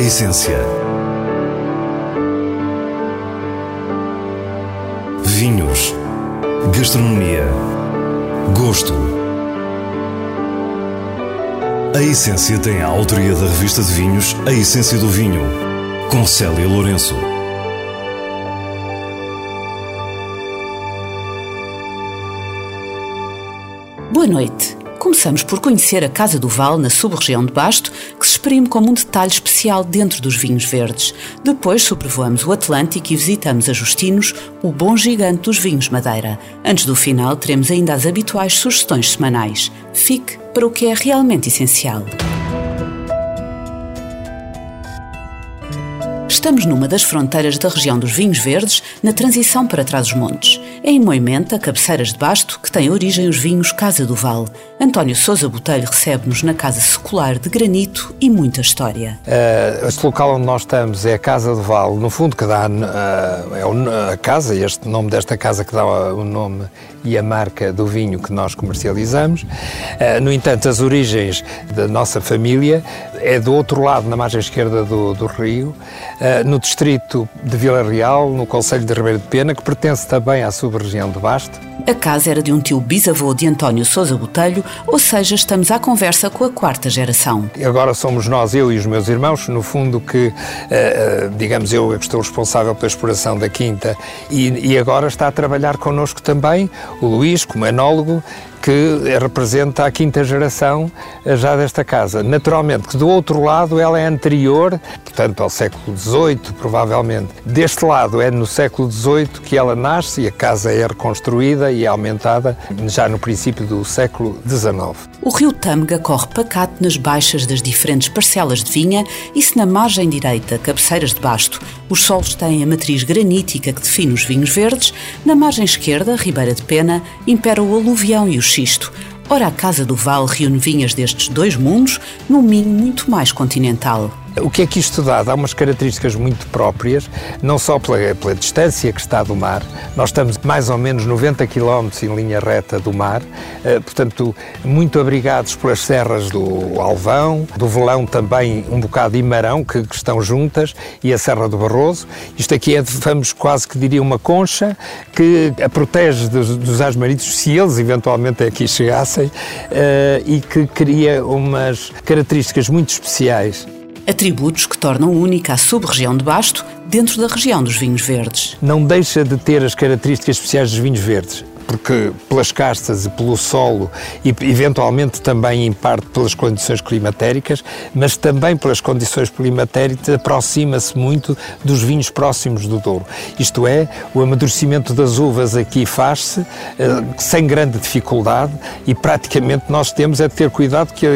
essência. Vinhos, gastronomia, gosto. A Essência tem a autoria da revista de vinhos A Essência do Vinho, com Célia Lourenço. Boa noite. Começamos por conhecer a Casa do Val, na sub-região de Basto, que se exprime como um detalhe especial dentro dos vinhos verdes. Depois sobrevoamos o Atlântico e visitamos a Justinos, o bom gigante dos vinhos Madeira. Antes do final, teremos ainda as habituais sugestões semanais. Fique para o que é realmente essencial. Estamos numa das fronteiras da região dos vinhos verdes, na transição para Trás-os-Montes. É em Moimenta, cabeceiras de Basto, que tem origem os vinhos Casa do Val. António Sousa Botelho recebe-nos na casa secular de granito e muita história. Este local onde nós estamos é a Casa do Val, no fundo que dá a casa, este nome desta casa que dá o nome e a marca do vinho que nós comercializamos. No entanto, as origens da nossa família é do outro lado, na margem esquerda do rio, no distrito de Vila Real, no concelho de Ribeira de Pena, que pertence também à sub-região de Basto. A casa era de um tio bisavô de António Sousa Botelho, ou seja, estamos à conversa com a quarta geração. Agora somos nós, eu e os meus irmãos, no fundo que, digamos, eu é que estou responsável pela exploração da quinta e agora está a trabalhar connosco também o Luís, como enólogo, que representa a quinta geração já desta casa. Naturalmente, que do outro lado ela é anterior, portanto, ao século XVIII, provavelmente. Deste lado é no século XVIII que ela nasce e a casa é reconstruída e é aumentada já no princípio do século XIX. O rio Tâmega corre pacato nas baixas das diferentes parcelas de vinha e se na margem direita, cabeceiras de Basto, os solos têm a matriz granítica que define os vinhos verdes, na margem esquerda, Ribeira de Pena, impera o aluvião e o xisto. Ora, a Casa do Val reúne vinhas destes dois mundos num minho muito mais continental. O que é que isto dá? Dá umas características muito próprias, não só pela distância que está do mar. Nós estamos mais ou menos 90 km em linha reta do mar, portanto, muito abrigados pelas serras do Alvão, do Velão também um bocado de Marão, que estão juntas, e a Serra do Barroso. Isto aqui é, vamos quase que diria, uma concha que a protege dos asmaritos, se eles eventualmente aqui chegassem, e que cria umas características muito especiais. Atributos que tornam única a sub-região de Basto dentro da região dos vinhos verdes. Não deixa de ter as características especiais dos vinhos verdes, porque pelas castas e pelo solo e eventualmente também em parte pelas condições climatéricas, mas também pelas condições climatéricas aproxima-se muito dos vinhos próximos do Douro. Isto é, o amadurecimento das uvas aqui faz-se sem grande dificuldade e praticamente nós temos é de ter cuidado que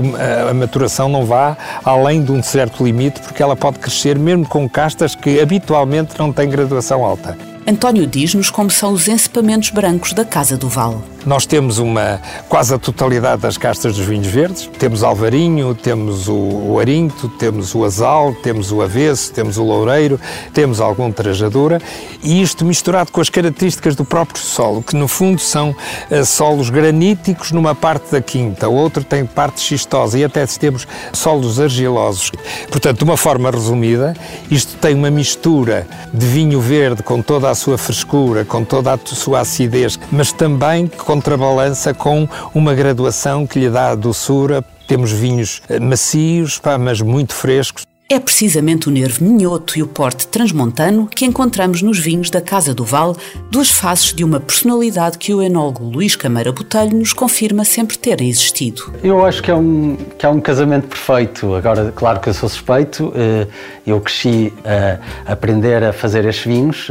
a maturação não vá além de um certo limite, porque ela pode crescer mesmo com castas que habitualmente não têm graduação alta. António diz-nos como são os encepamentos brancos da Casa do Val. Nós temos quase a totalidade das castas dos vinhos verdes. Temos alvarinho, temos o arinto, temos o azal, temos o avesso, temos o loureiro, temos algum trajadura, e isto misturado com as características do próprio solo, que no fundo são solos graníticos numa parte da quinta, o outro tem parte xistosa e até temos solos argilosos. Portanto, de uma forma resumida, isto tem uma mistura de vinho verde com toda a sua frescura, com toda a sua acidez, mas também contrabalança com uma graduação que lhe dá a doçura. Temos vinhos macios, mas muito frescos. É precisamente o nervo minhoto e o porte transmontano que encontramos nos vinhos da Casa do Val, duas faces de uma personalidade que o enólogo Luís Cameira Botelho nos confirma sempre terem existido. Eu acho que é um casamento perfeito. Agora, claro que eu sou suspeito, eu cresci a aprender a fazer estes vinhos,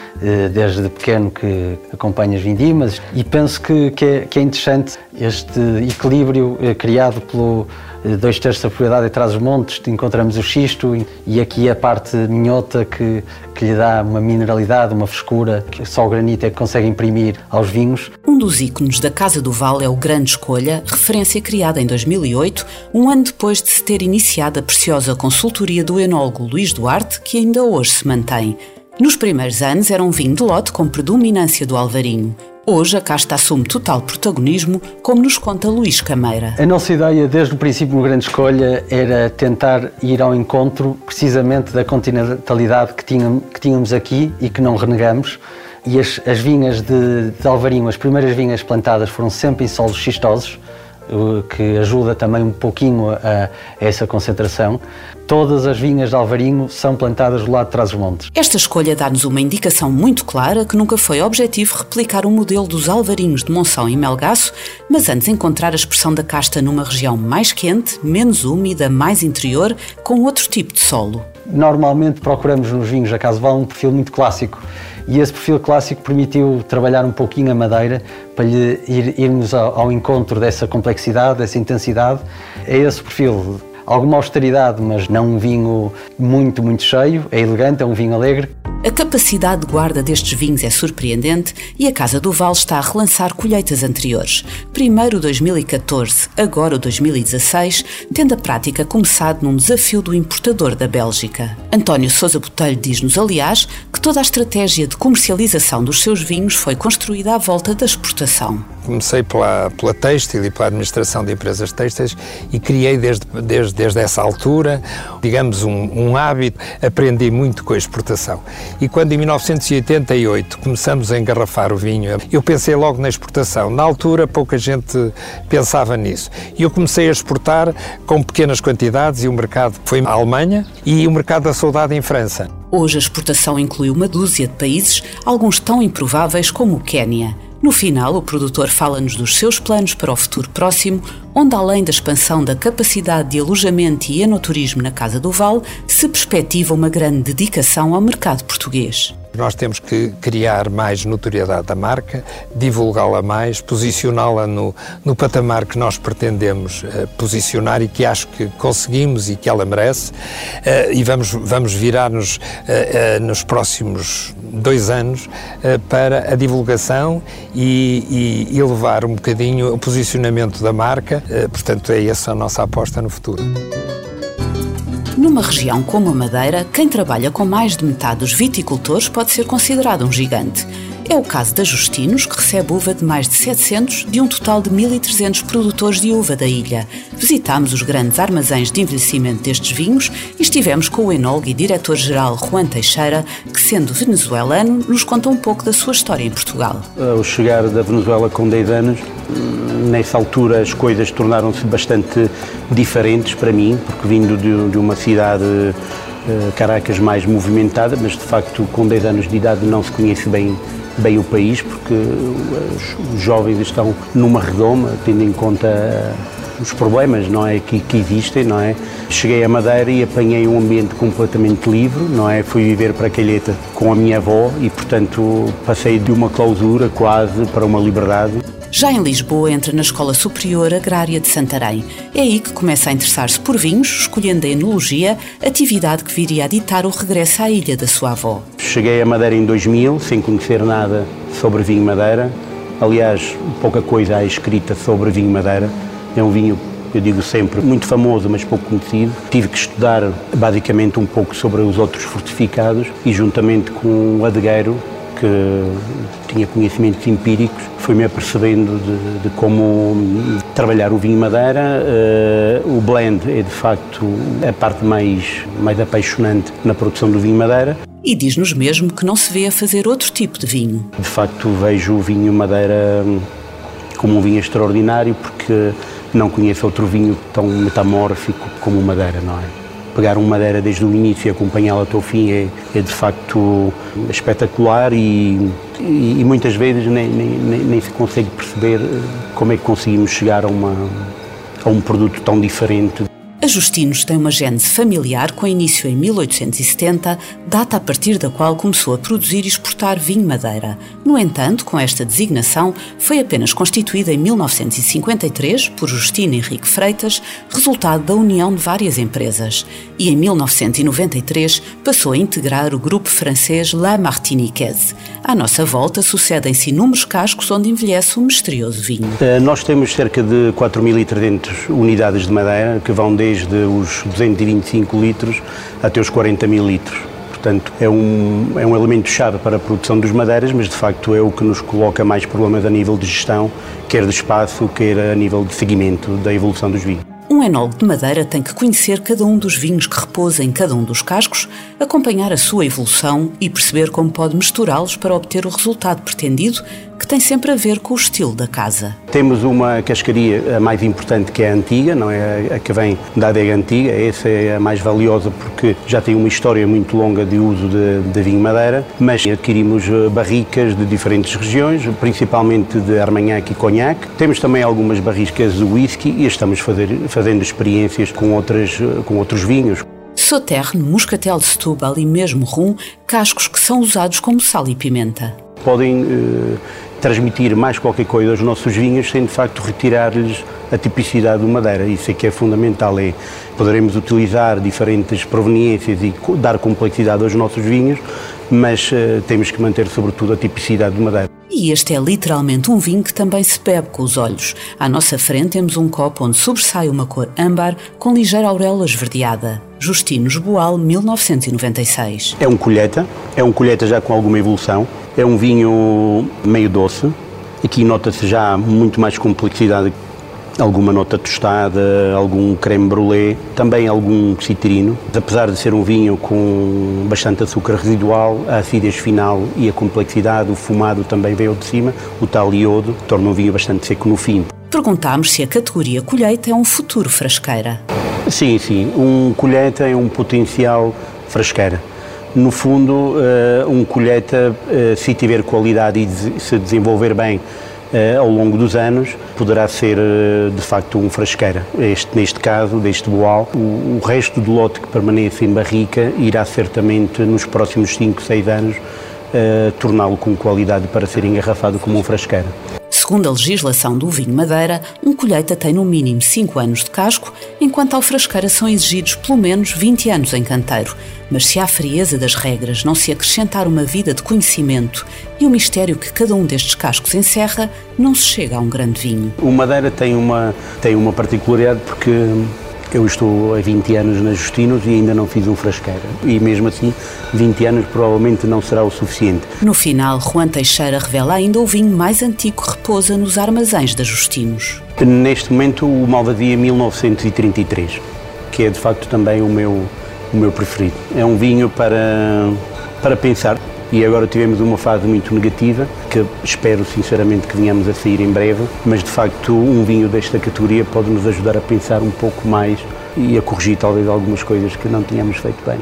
desde pequeno que acompanho as vindimas, e penso que é interessante este equilíbrio criado pelo 2/3 da propriedade e Trás-os-Montes. Encontramos o xisto e aqui a parte minhota que lhe dá uma mineralidade, uma frescura que só o granito é que consegue imprimir aos vinhos. Um dos ícones da Casa do Val é o Grande Escolha, referência criada em 2008, um ano depois de se ter iniciado a preciosa consultoria do enólogo Luís Duarte, que ainda hoje se mantém. Nos primeiros anos era um vinho de lote com predominância do alvarinho. Hoje a casta assume total protagonismo, como nos conta Luís Cameira. A nossa ideia, desde o princípio, uma grande escolha, era tentar ir ao encontro precisamente da continentalidade que tínhamos aqui e que não renegamos. E as vinhas de Alvarinho, as primeiras vinhas plantadas, foram sempre em solos xistosos, o que ajuda também um pouquinho a essa concentração. Todas as vinhas de Alvarinho são plantadas do lado de Trás-os-Montes. Esta escolha dá-nos uma indicação muito clara que nunca foi objetivo replicar o modelo dos alvarinhos de Monção e Melgaço, mas antes encontrar a expressão da casta numa região mais quente, menos úmida, mais interior, com outro tipo de solo. Normalmente procuramos nos vinhos da Casa Val um perfil muito clássico. E esse perfil clássico permitiu trabalhar um pouquinho a madeira para irmos ao encontro dessa complexidade, dessa intensidade. É esse perfil, alguma austeridade, mas não um vinho muito, muito cheio, é elegante, é um vinho alegre. A capacidade de guarda destes vinhos é surpreendente e a Casa do Val está a relançar colheitas anteriores. Primeiro o 2014, agora o 2016, tendo a prática começado num desafio do importador da Bélgica. António Sousa Botelho diz-nos, aliás, que toda a estratégia de comercialização dos seus vinhos foi construída à volta da exportação. Comecei pela têxtil e pela administração de empresas têxteis e criei desde essa altura, digamos, um hábito. Aprendi muito com a exportação. E quando em 1988 começamos a engarrafar o vinho, eu pensei logo na exportação. Na altura pouca gente pensava nisso. E eu comecei a exportar com pequenas quantidades e o mercado foi a Alemanha e o mercado da saudade em França. Hoje a exportação inclui uma dúzia de países, alguns tão improváveis como o Quénia. No final, o produtor fala-nos dos seus planos para o futuro próximo, onde, além da expansão da capacidade de alojamento e enoturismo na Casa do Val, se perspectiva uma grande dedicação ao mercado português. Nós temos que criar mais notoriedade da marca, divulgá-la mais, posicioná-la no patamar que nós pretendemos posicionar e que acho que conseguimos e que ela merece. E vamos virar-nos nos próximos 2 anos para a divulgação e elevar um bocadinho o posicionamento da marca. Portanto, é essa a nossa aposta no futuro. Numa região como a Madeira, quem trabalha com mais de metade dos viticultores pode ser considerado um gigante. É o caso da Justinos, que recebe uva de mais de 700 de um total de 1.300 produtores de uva da ilha. Visitámos os grandes armazéns de envelhecimento destes vinhos e estivemos com o enólogo e diretor-geral Juan Teixeira, que, sendo venezuelano, nos conta um pouco da sua história em Portugal. Ao chegar da Venezuela com 10 anos, nessa altura as coisas tornaram-se bastante diferentes para mim, porque vindo de uma cidade, Caracas, mais movimentada, mas de facto com 10 anos de idade não se conhece bem o país, porque os jovens estão numa redoma, tendo em conta os problemas, não é, que existem, não é? Cheguei a Madeira e apanhei um ambiente completamente livre, não é? Fui viver para Calheta com a minha avó e, portanto, passei de uma clausura quase para uma liberdade. Já em Lisboa, entra na Escola Superior Agrária de Santarém. É aí que começa a interessar-se por vinhos, escolhendo a enologia, atividade que viria a ditar o regresso à ilha da sua avó. Cheguei a Madeira em 2000, sem conhecer nada sobre vinho Madeira. Aliás, pouca coisa há escrita sobre vinho Madeira. É um vinho, eu digo sempre, muito famoso, mas pouco conhecido. Tive que estudar basicamente um pouco sobre os outros fortificados e, juntamente com o adegueiro, que tinha conhecimentos empíricos, fui-me apercebendo de como trabalhar o vinho Madeira. O blend é, de facto, a parte mais apaixonante na produção do vinho Madeira. E diz-nos mesmo que não se vê a fazer outro tipo de vinho. De facto, vejo o vinho Madeira como um vinho extraordinário, porque não conheço outro vinho tão metamórfico como o Madeira, não é? Pegar um Madeira desde o início e acompanhá-lo até o fim é de facto espetacular e muitas vezes nem se consegue perceber como é que conseguimos chegar a um produto tão diferente. A Justinos tem uma gênese familiar com início em 1870, data a partir da qual começou a produzir e exportar vinho Madeira. No entanto, com esta designação, foi apenas constituída em 1953 por Justino Henrique Freitas, resultado da união de várias empresas. E em 1993 passou a integrar o grupo francês La Martiniquaise. À nossa volta sucedem-se inúmeros cascos onde envelhece o misterioso vinho. Nós temos cerca de 4.300 unidades de madeira que vão desde os 225 litros até os 40.000 litros. portanto é um elemento-chave para a produção dos madeiras, mas de facto é o que nos coloca mais problemas a nível de gestão, quer de espaço, quer a nível de seguimento da evolução dos vinhos. Um enólogo de madeira tem que conhecer cada um dos vinhos que repousa em cada um dos cascos, acompanhar a sua evolução e perceber como pode misturá-los para obter o resultado pretendido, que tem sempre a ver com o estilo da casa. Temos uma cascaria, a mais importante, que é a antiga, não é a que vem da adega antiga. Essa é a mais valiosa porque já tem uma história muito longa de uso de vinho madeira, mas adquirimos barricas de diferentes regiões, principalmente de Armagnac e Cognac. Temos também algumas barricas de whisky e estamos fazendo experiências com outros vinhos. Sauternes, Muscatel de Setúbal e mesmo Rum, cascos que são usados como sal e pimenta. Podem transmitir mais qualquer coisa aos nossos vinhos sem de facto retirar-lhes a tipicidade do madeira. Isso é que é fundamental, poderemos utilizar diferentes proveniências e dar complexidade aos nossos vinhos, mas temos que manter sobretudo a tipicidade do madeira. E este é literalmente um vinho que também se bebe com os olhos. À nossa frente temos um copo onde sobressai uma cor âmbar com ligeira auréola esverdeada. Justinos Boal, 1996. É um colheita já com alguma evolução. É um vinho meio doce. Aqui nota-se já muito mais complexidade, alguma nota tostada, algum creme brulee, também algum citrino. Apesar de ser um vinho com bastante açúcar residual, a acidez final e a complexidade, o fumado também veio de cima, o tal iodo, torna um vinho bastante seco no fim. Perguntámos se a categoria colheita é um futuro frasqueira. Sim, um colheita é um potencial frasqueira. No fundo, um colheita, se tiver qualidade e se desenvolver bem ao longo dos anos, poderá ser de facto um frasqueira. Neste caso, deste boal, o resto do lote que permanece em barrica irá certamente nos próximos 5, 6 anos torná-lo com qualidade para ser engarrafado como um frasqueira. Segundo a legislação do vinho madeira, um colheita tem no mínimo 5 anos de casco, enquanto ao frasqueira são exigidos pelo menos 20 anos em canteiro. Mas se à frieza das regras não se acrescentar uma vida de conhecimento e o mistério que cada um destes cascos encerra, não se chega a um grande vinho. O madeira tem uma particularidade porque eu estou há 20 anos na Justinos e ainda não fiz um frasqueira. E mesmo assim, 20 anos provavelmente não será o suficiente. No final, Juan Teixeira revela ainda o vinho mais antigo que repousa nos armazéns da Justinos. Neste momento, o Malvasia 1933, que é de facto também o meu preferido. É um vinho para pensar. E agora tivemos uma fase muito negativa, que espero sinceramente que venhamos a sair em breve, mas de facto um vinho desta categoria pode nos ajudar a pensar um pouco mais e a corrigir talvez algumas coisas que não tínhamos feito bem.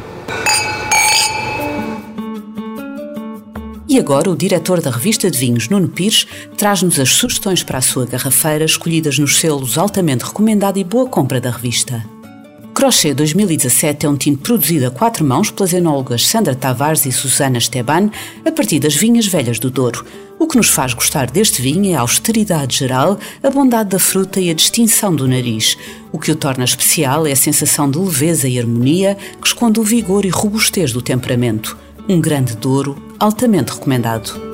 E agora o diretor da revista de vinhos, Nuno Pires, traz-nos as sugestões para a sua garrafeira, escolhidas nos selos altamente recomendado e boa compra da revista. Crochet 2017 é um tinto produzido a 4 mãos pelas enólogas Sandra Tavares e Susana Esteban a partir das vinhas velhas do Douro. O que nos faz gostar deste vinho é a austeridade geral, a bondade da fruta e a distinção do nariz. O que o torna especial é a sensação de leveza e harmonia que esconde o vigor e robustez do temperamento. Um grande Douro, altamente recomendado.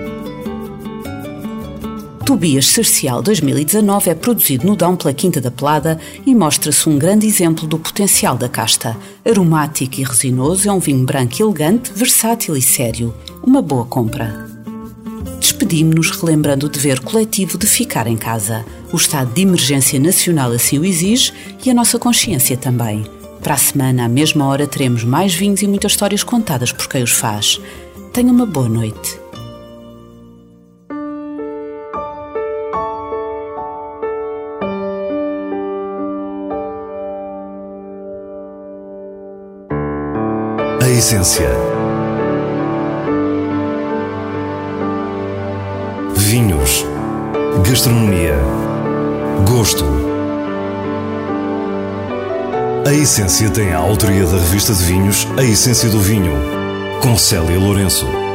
Tobias Cercial 2019 é produzido no Dão pela Quinta da Plada e mostra-se um grande exemplo do potencial da casta. Aromático e resinoso, é um vinho branco elegante, versátil e sério. Uma boa compra. Despedimos-nos relembrando o dever coletivo de ficar em casa. O estado de emergência nacional assim o exige e a nossa consciência também. Para a semana, à mesma hora, teremos mais vinhos e muitas histórias contadas por quem os faz. Tenha uma boa noite. A essência. Vinhos. Gastronomia. Gosto. A Essência tem a autoria da revista de vinhos A Essência do Vinho, com Célia Lourenço.